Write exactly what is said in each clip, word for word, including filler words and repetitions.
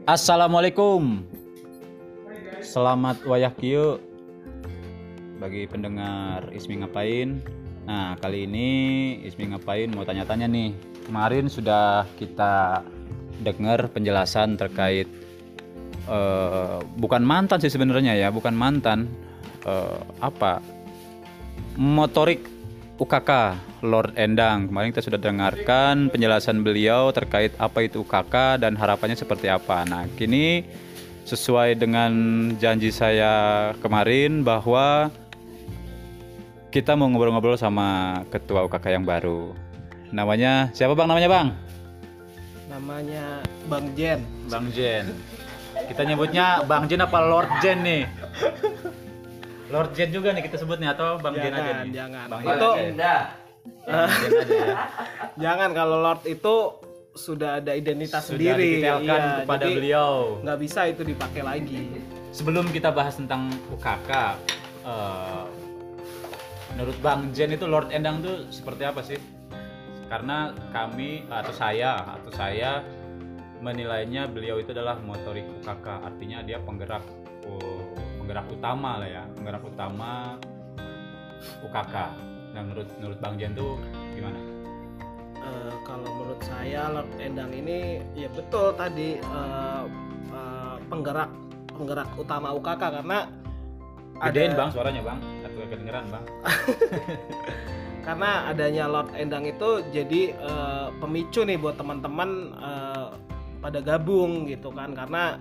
Assalamualaikum. Selamat wayah kieu bagi pendengar Ismi Ngapain. Nah, kali ini Ismi Ngapain mau tanya-tanya nih. Kemarin sudah kita dengar penjelasan terkait uh, bukan mantan sih sebenarnya ya, bukan mantan uh, apa? Motorik U K K Lord Endang. Kemarin kita sudah dengarkan penjelasan beliau terkait apa itu U K K dan harapannya seperti apa. Nah, kini sesuai dengan janji saya kemarin bahwa kita mau ngobrol-ngobrol sama ketua U K K yang baru. Namanya siapa Bang? Namanya Bang? Namanya Bang Jen. Bang Jen. Kita nyebutnya Bang Jen apa Lord Jen nih? Lord Jen juga nih kita sebutnya atau Bang Jen aja nih? Jangan, Bang itu Jen aja. Bang Jen aja ya. Jangan, kalau Lord itu sudah ada identitas Sudah sendiri. didetailkan Iya, kepada jadi beliau. nggak bisa itu dipakai lagi. Sebelum kita bahas tentang U K K, uh, menurut Bang Jen itu Lord Endang tuh seperti apa sih? Karena kami atau saya atau saya menilainya beliau itu adalah motorik U K K, artinya dia penggerak uh, penggerak utama lah ya, penggerak utama U K K. Nah, menurut menurut Bang Jen tuh gimana? Uh, kalau menurut saya Lord Endang ini ya betul tadi uh, uh, penggerak penggerak utama U K K, karena Gedein ada, Bang suaranya Bang, atau kedengeran Bang. karena adanya Lord Endang itu jadi uh, pemicu nih buat teman-teman uh, pada gabung gitu kan, karena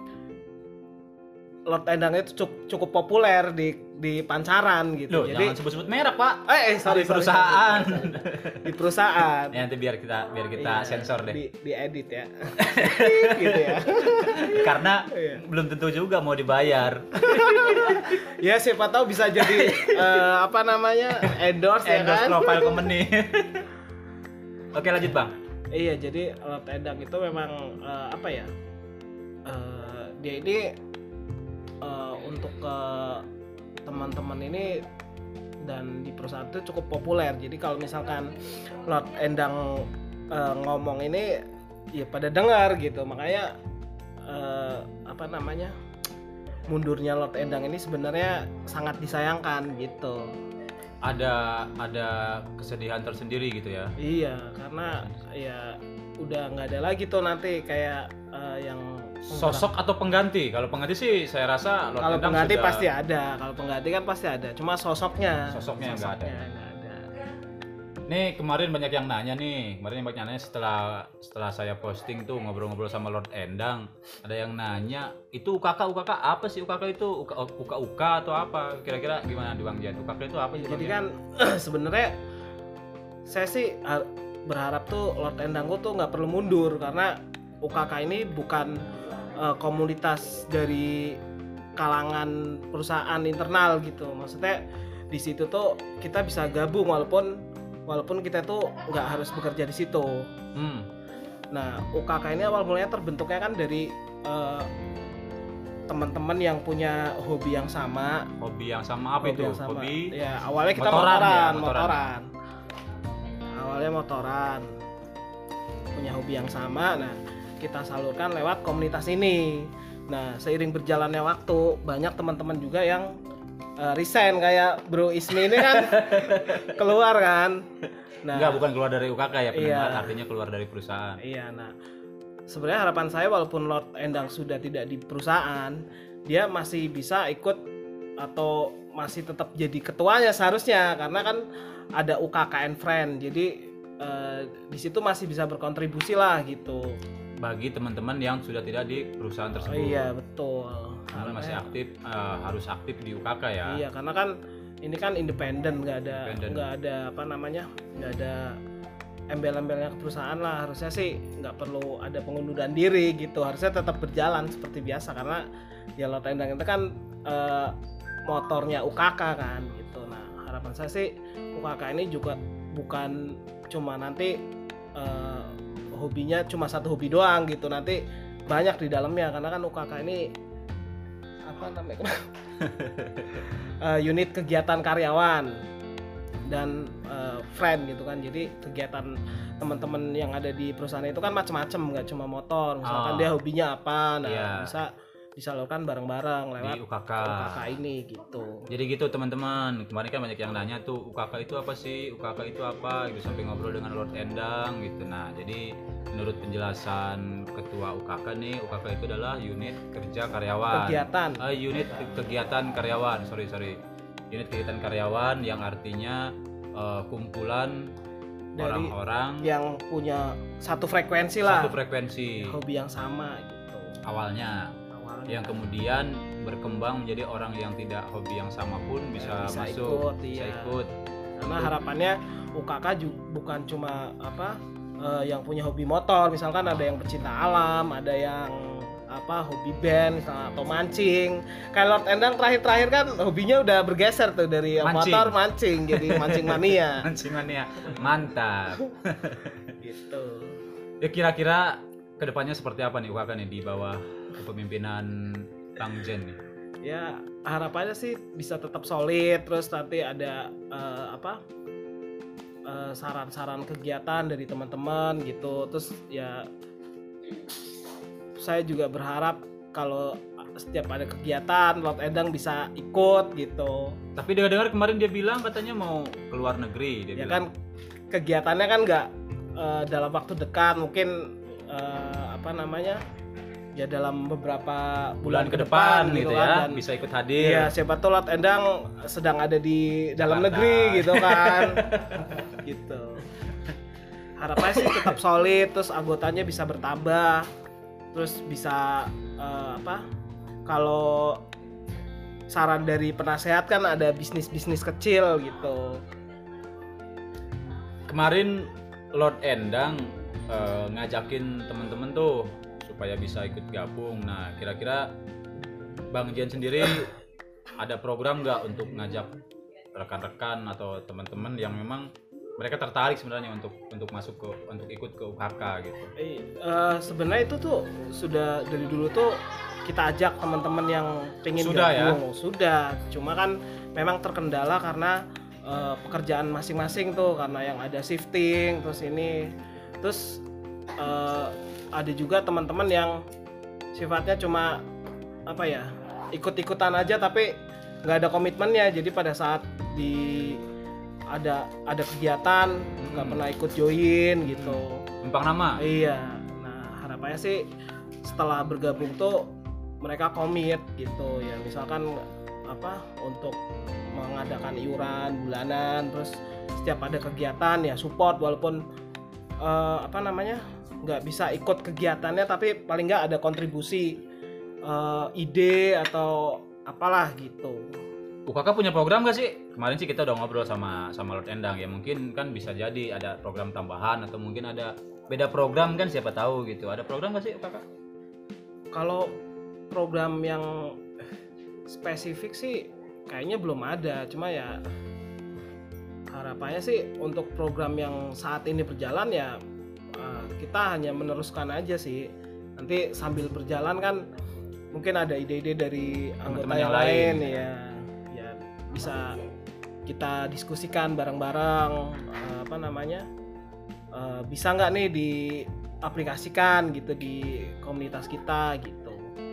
Lord Endang itu cukup, cukup populer di di pancaran gitu. Loh, jadi jangan sebut-sebut merek Pak. eh, eh sorry, di perusahaan. sorry, sorry. Di perusahaan. Ya, nanti biar kita biar kita Iya, sensor deh. Di, di edit ya. Gitu ya. Karena Iya. belum tentu juga mau dibayar. Ya siapa tahu bisa jadi uh, apa namanya endorse, ya Endorse kan. profile company. Oke, lanjut Bang. Iya, jadi Lord Endang itu memang uh, apa ya? Uh, dia ini uh, untuk ke teman-teman ini dan di perusahaan itu cukup populer. Jadi kalau misalkan Lord Endang uh, ngomong ini ya pada dengar gitu. Makanya uh, apa namanya? mundurnya Lord Endang ini sebenarnya sangat disayangkan gitu. Ada ada kesedihan tersendiri gitu ya. Iya, karena ya udah nggak ada lagi tuh nanti kayak uh, yang Sosok atau pengganti? Kalau pengganti sih saya rasa Lord kalau Endang pengganti sudah... pasti ada. Kalau pengganti kan pasti ada. Cuma sosoknya. Sosoknya nggak ada. nggak ada. Nih kemarin banyak yang nanya nih, kemarin banyak yang nanya setelah setelah saya posting tuh ngobrol-ngobrol sama Lord Endang, ada yang nanya itu U K K U K K apa sih? U K K itu U K U K U K atau apa? Kira-kira gimana di Bang Jan? U K K itu apa sih? Jadi Bang kan sebenarnya saya sih berharap tuh Lord Endang tuh nggak perlu mundur, karena U K K ini bukan uh, komunitas dari kalangan perusahaan internal gitu. Maksudnya di situ tuh kita bisa gabung walaupun walaupun kita tuh nggak harus bekerja di situ. Hmm. Nah, U K K ini awal mulanya terbentuknya kan dari uh, teman-teman yang punya hobi yang sama. Hobi yang sama apa hobi itu? Yang sama. Hobi. Ya, awalnya kita motoran, motoran, ya, motoran. motoran. Awalnya motoran. Punya hobi yang sama. Nah, kita salurkan lewat komunitas ini. Nah, seiring berjalannya waktu, banyak teman-teman juga yang Uh, resign kayak Bro Ismi ini kan keluar kan. Nah, enggak, bukan keluar dari U K K ya, pendengar, iya. artinya keluar dari perusahaan. Iya, nah sebenarnya harapan saya walaupun Lord Endang sudah tidak di perusahaan, dia masih bisa ikut atau masih tetap jadi ketuanya seharusnya, karena kan ada U K K N Friend. Jadi uh, di situ masih bisa berkontribusi lah gitu. Bagi teman-teman yang sudah tidak di perusahaan tersebut. Oh, iya, betul. Namun masih aktif, uh, harus aktif di U K K ya. Iya, karena kan ini kan independen, nggak ada nggak ada apa namanya, nggak ada embel-embelnya ke perusahaan lah. Harusnya sih nggak perlu ada pengunduran diri gitu. Harusnya tetap berjalan seperti biasa, karena ya Lord Endang itu kan uh, motornya U K K kan gitu. Nah, harapan saya sih U K K ini juga bukan cuma nanti uh, hobinya cuma satu hobi doang gitu, nanti banyak di dalamnya, karena kan U K K ini apa namanya uh, unit kegiatan karyawan. dan uh, friend gitu kan. Jadi kegiatan teman-teman yang ada di perusahaan itu kan macam-macam, nggak cuma motor. Misalkan oh. dia hobinya apa, nah yeah. bisa disalurkan bareng-bareng lewat di U K K. U K K ini gitu. Jadi gitu teman-teman, kemarin kan banyak yang nanya tuh U K K itu apa sih, U K K itu apa gitu, sampai ngobrol dengan Lord Endang gitu. Nah jadi menurut penjelasan ketua U K K nih, U K K itu adalah unit kerja karyawan, kegiatan uh, unit ke- kegiatan karyawan sorry sorry unit kegiatan karyawan yang artinya uh, kumpulan dari orang-orang yang punya satu frekuensi lah, satu frekuensi hobi yang sama gitu awalnya, awalnya. Yang kemudian berkembang menjadi orang yang tidak hobi yang sama pun bisa, bisa masuk ikut, bisa iya. ikut karena harapannya U K K juga bukan cuma apa uh, yang punya hobi motor, misalkan ada yang pecinta alam, ada yang apa hobi band misalnya, atau mancing. Kayak Lord Endang terakhir-terakhir kan hobinya udah bergeser tuh dari mancing. motor mancing jadi mancing mania. Mancing mania, mantap. Gitu. Ya kira-kira kedepannya seperti apa nih U K K nih di bawah kepemimpinan Bang Jen nih? Ya harapannya sih bisa tetap solid, terus nanti ada uh, apa uh, saran-saran kegiatan dari teman-teman gitu. Terus ya saya juga berharap kalau setiap ada kegiatan Lord Endang bisa ikut gitu. Tapi dengar-dengar kemarin dia bilang katanya mau keluar negeri dia ya bilang. Kan kegiatannya kan nggak uh, dalam waktu dekat, mungkin uh, apa namanya ya dalam beberapa bulan, bulan ke depan, depan gitu ya, kan, bisa ikut hadir. Iya, siapa tahu Lord Endang sedang ada di dalam Jakarta. Negeri gitu kan. Gitu. Harapannya sih tetap solid, terus anggotanya bisa bertambah, terus bisa uh, apa? Kalau saran dari penasehat kan ada bisnis-bisnis kecil gitu. Kemarin Lord Endang uh, ngajakin teman-teman tuh supaya bisa ikut gabung. Nah, kira-kira Bang Jen sendiri ada program nggak untuk ngajak rekan-rekan atau teman-teman yang memang mereka tertarik sebenarnya untuk untuk masuk ke untuk ikut ke U K K gitu? Eh, uh, sebenarnya itu tuh sudah dari dulu tuh kita ajak teman-teman yang pengen sudah gabung. Ya? Sudah, cuma kan memang terkendala karena uh, pekerjaan masing-masing tuh, karena yang ada shifting terus ini terus uh, ada juga teman-teman yang sifatnya cuma apa ya ikut-ikutan aja tapi nggak ada komitmennya, jadi pada saat di ada ada kegiatan nggak hmm. pernah ikut join gitu, numpang nama. Iya, nah harapannya sih setelah bergabung tuh mereka komit gitu ya, misalkan apa untuk mengadakan iuran bulanan, terus setiap ada kegiatan ya support, walaupun uh, apa namanya nggak bisa ikut kegiatannya tapi paling nggak ada kontribusi uh, ide atau apalah gitu. U K K punya program nggak sih? Kemarin sih kita udah ngobrol sama sama Lord Endang ya, mungkin kan bisa jadi ada program tambahan atau mungkin ada beda program kan, siapa tahu gitu. Ada program nggak sih U K K? Kalau program yang spesifik sih kayaknya belum ada, cuma ya harapannya sih untuk program yang saat ini berjalan ya uh, kita hanya meneruskan aja sih. Nanti sambil berjalan kan mungkin ada ide-ide dari anggota yang, yang lain ya, ya bisa kita diskusikan bareng-bareng uh, apa namanya uh, bisa nggak nih diaplikasikan gitu di komunitas kita gitu.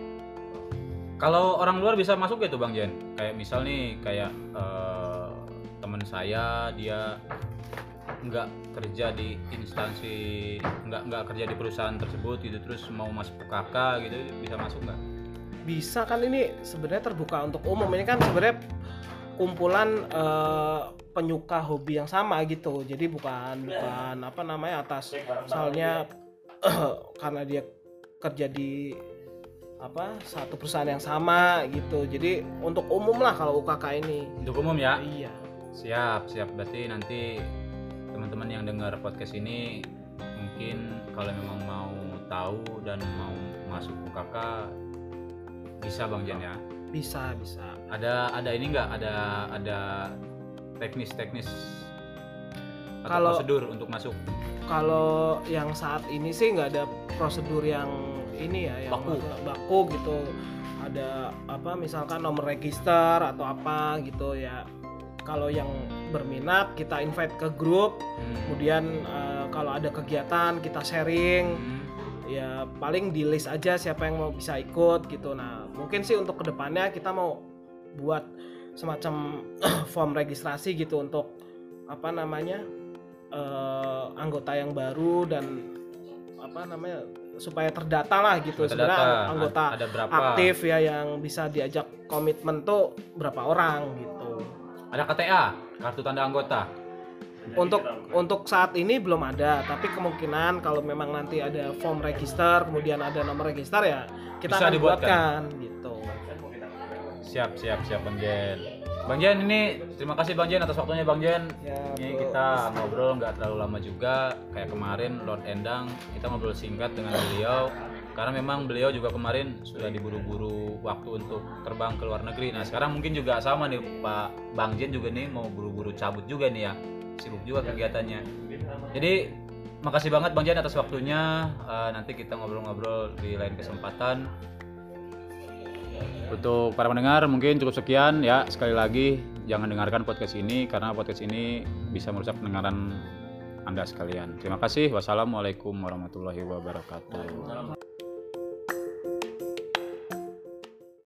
Kalau orang luar bisa masuk gitu Bang Jen? Kayak misal nih kayak uh, teman saya dia nggak kerja di instansi, nggak nggak kerja di perusahaan tersebut gitu, terus mau masuk U K K gitu, bisa masuk nggak? Bisa kan, ini sebenarnya terbuka untuk umum. Ini kan sebenarnya kumpulan uh, penyuka hobi yang sama gitu, jadi bukan bukan apa namanya atas misalnya karena dia kerja di apa satu perusahaan yang sama gitu, jadi untuk umum lah kalau U K K ini. Untuk umum ya? Iya. Siap siap, berarti nanti teman-teman yang dengar podcast ini mungkin kalau memang mau tahu dan mau masuk U K K bisa Bang Jen ya? Bisa bisa. Ada ada ini nggak? Ada ada teknis-teknis atau kalau, prosedur untuk masuk? Kalau yang saat ini sih nggak ada prosedur yang ini ya, yang baku. baku gitu. Ada apa misalkan nomor register atau apa gitu ya. kalau yang berminat kita invite ke grup, Hmm. kemudian uh, kalau ada kegiatan kita sharing. Hmm. Ya paling di list aja siapa yang mau bisa ikut gitu. Nah mungkin sih untuk kedepannya kita mau buat semacam form registrasi gitu untuk apa namanya uh, anggota yang baru dan apa namanya supaya terdata lah gitu. Supaya Sebenarnya terdata. anggota Ada berapa? aktif ya yang bisa diajak komitmen tuh berapa orang gitu. Ada K T A, kartu tanda anggota. Untuk untuk saat ini belum ada, tapi kemungkinan kalau memang nanti ada form register, kemudian ada nomor register ya kita Bisa akan dibuatkan. buatkan gitu. Siap, siap, siap Bang Jen. Bang Jen ini terima kasih Bang Jen atas waktunya Bang Jen. Ya, Ini bro. kita ngobrol nggak terlalu lama juga, kayak kemarin Lord Endang kita ngobrol singkat dengan beliau karena memang beliau juga kemarin sudah diburu-buru waktu untuk terbang ke luar negeri. Nah sekarang mungkin juga sama nih Pak Bang Jen juga nih mau buru-buru cabut juga nih ya, sibuk juga kegiatannya. Jadi makasih banget Bang Jen atas waktunya. Uh, nanti kita ngobrol-ngobrol di lain kesempatan. Untuk para pendengar mungkin cukup sekian ya. Sekali lagi jangan dengarkan podcast ini karena podcast ini bisa merusak pendengaran Anda sekalian. Terima kasih. Wassalamualaikum warahmatullahi wabarakatuh.